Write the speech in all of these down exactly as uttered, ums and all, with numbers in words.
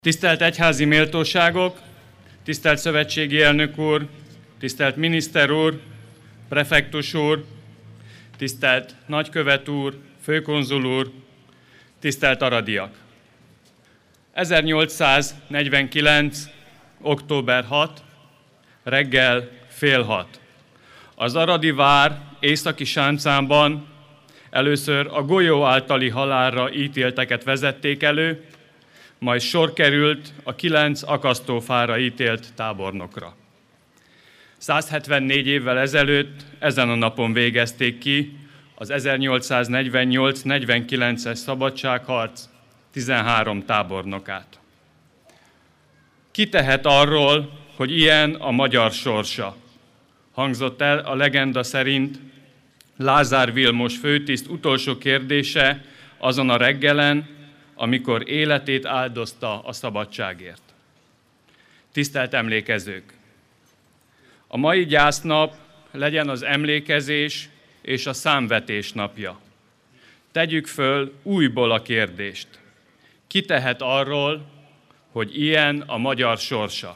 Tisztelt egyházi méltóságok, tisztelt szövetségi elnök úr, tisztelt miniszter úr, prefektus úr, tisztelt nagykövet úr, főkonzul úr, tisztelt aradiak! ezernyolcszáznegyvenkilenc. október hatodika. reggel fél hat. Az aradi vár északi sáncában először a golyó általi halálra ítélteket vezették elő, majd sor került a kilenc akasztófára ítélt tábornokra. százhetvennégy évvel ezelőtt ezen a napon végezték ki az ezernyolcszáznegyvennyolc negyvenkilences szabadságharc tizenhárom tábornokát. Ki tehet arról, hogy ilyen a magyar sorsa? Hangzott el a legenda szerint Lázár Vilmos főtiszt utolsó kérdése azon a reggelen, amikor életét áldozta a szabadságért. Tisztelt emlékezők! A mai gyásznap legyen az emlékezés és a számvetés napja. Tegyük föl újból a kérdést. Ki tehet arról, hogy ilyen a magyar sorsa?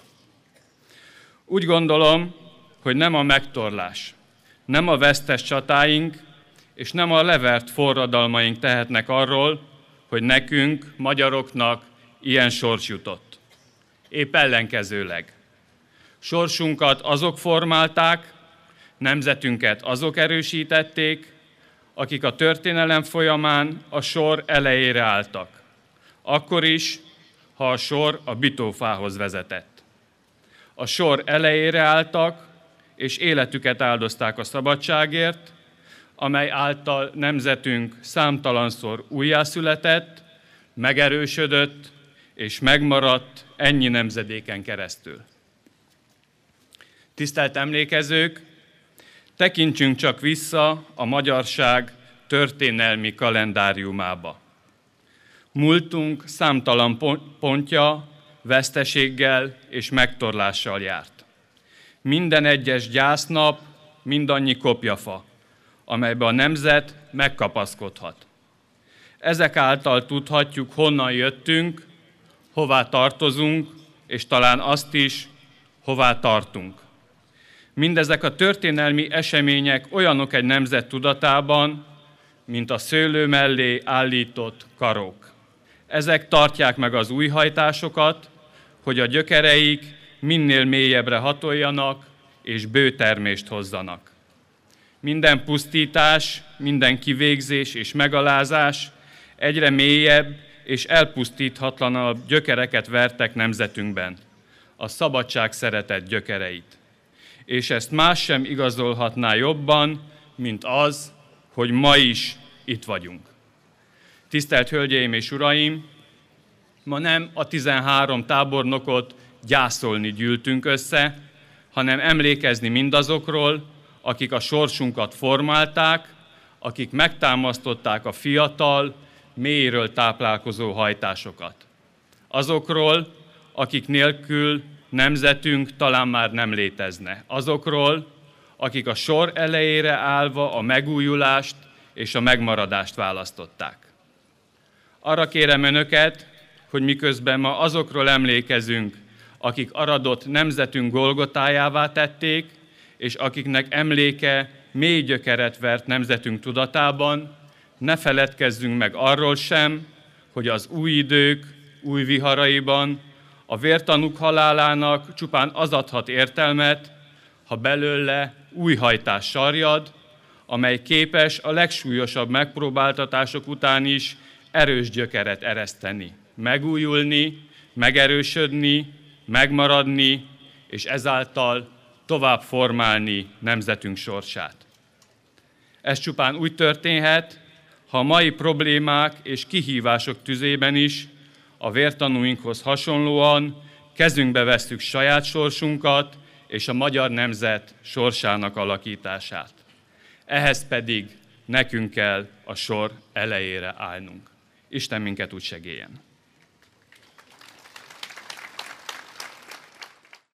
Úgy gondolom, hogy nem a megtorlás, nem a vesztes csatáink és nem a levert forradalmaink tehetnek arról, hogy nekünk, magyaroknak ilyen sors jutott. Épp ellenkezőleg. Sorsunkat azok formálták, nemzetünket azok erősítették, akik a történelem folyamán a sor elejére álltak. Akkor is, ha a sor a bitófához vezetett. A sor elejére álltak, és életüket áldozták a szabadságért, amely által nemzetünk számtalanszor újjászületett, megerősödött és megmaradt ennyi nemzedéken keresztül. Tisztelt emlékezők, tekintsünk csak vissza a magyarság történelmi kalendáriumába. Múltunk számtalan pontja veszteséggel és megtorlással járt. Minden egyes gyásznap mindannyi kopjafa, amelybe a nemzet megkapaszkodhat. Ezek által tudhatjuk, honnan jöttünk, hová tartozunk, és talán azt is, hová tartunk. Mindezek a történelmi események olyanok egy nemzet tudatában, mint a szőlő mellé állított karók. Ezek tartják meg az újhajtásokat, hogy a gyökereik minél mélyebbre hatoljanak és bő termést hozzanak. Minden pusztítás, minden kivégzés és megalázás egyre mélyebb és elpusztíthatatlanabb gyökereket vertek nemzetünkben, a szabadság szeretett gyökereit. És ezt más sem igazolhatná jobban, mint az, hogy ma is itt vagyunk. Tisztelt Hölgyeim és Uraim! Ma nem a tizenhárom tábornokot gyászolni gyűltünk össze, hanem emlékezni mindazokról, akik a sorsunkat formálták, akik megtámasztották a fiatal, mélyről táplálkozó hajtásokat. Azokról, akik nélkül nemzetünk talán már nem létezne. Azokról, akik a sor elejére állva a megújulást és a megmaradást választották. Arra kérem önöket, hogy miközben ma azokról emlékezünk, akik Aradot nemzetünk Golgotájává tették, és akiknek emléke mély gyökeret vert nemzetünk tudatában, ne feledkezzünk meg arról sem, hogy az új idők új viharaiban a vértanúk halálának csupán az adhat értelmet, ha belőle új hajtás sarjad, amely képes a legsúlyosabb megpróbáltatások után is erős gyökeret ereszteni, megújulni, megerősödni, megmaradni, és ezáltal tovább formálni nemzetünk sorsát. Ez csupán úgy történhet, ha a mai problémák és kihívások tüzében is a vértanúinkhoz hasonlóan kezünkbe vesszük saját sorsunkat és a magyar nemzet sorsának alakítását. Ehhez pedig nekünk kell a sor elejére állnunk. Isten minket úgy segéljen!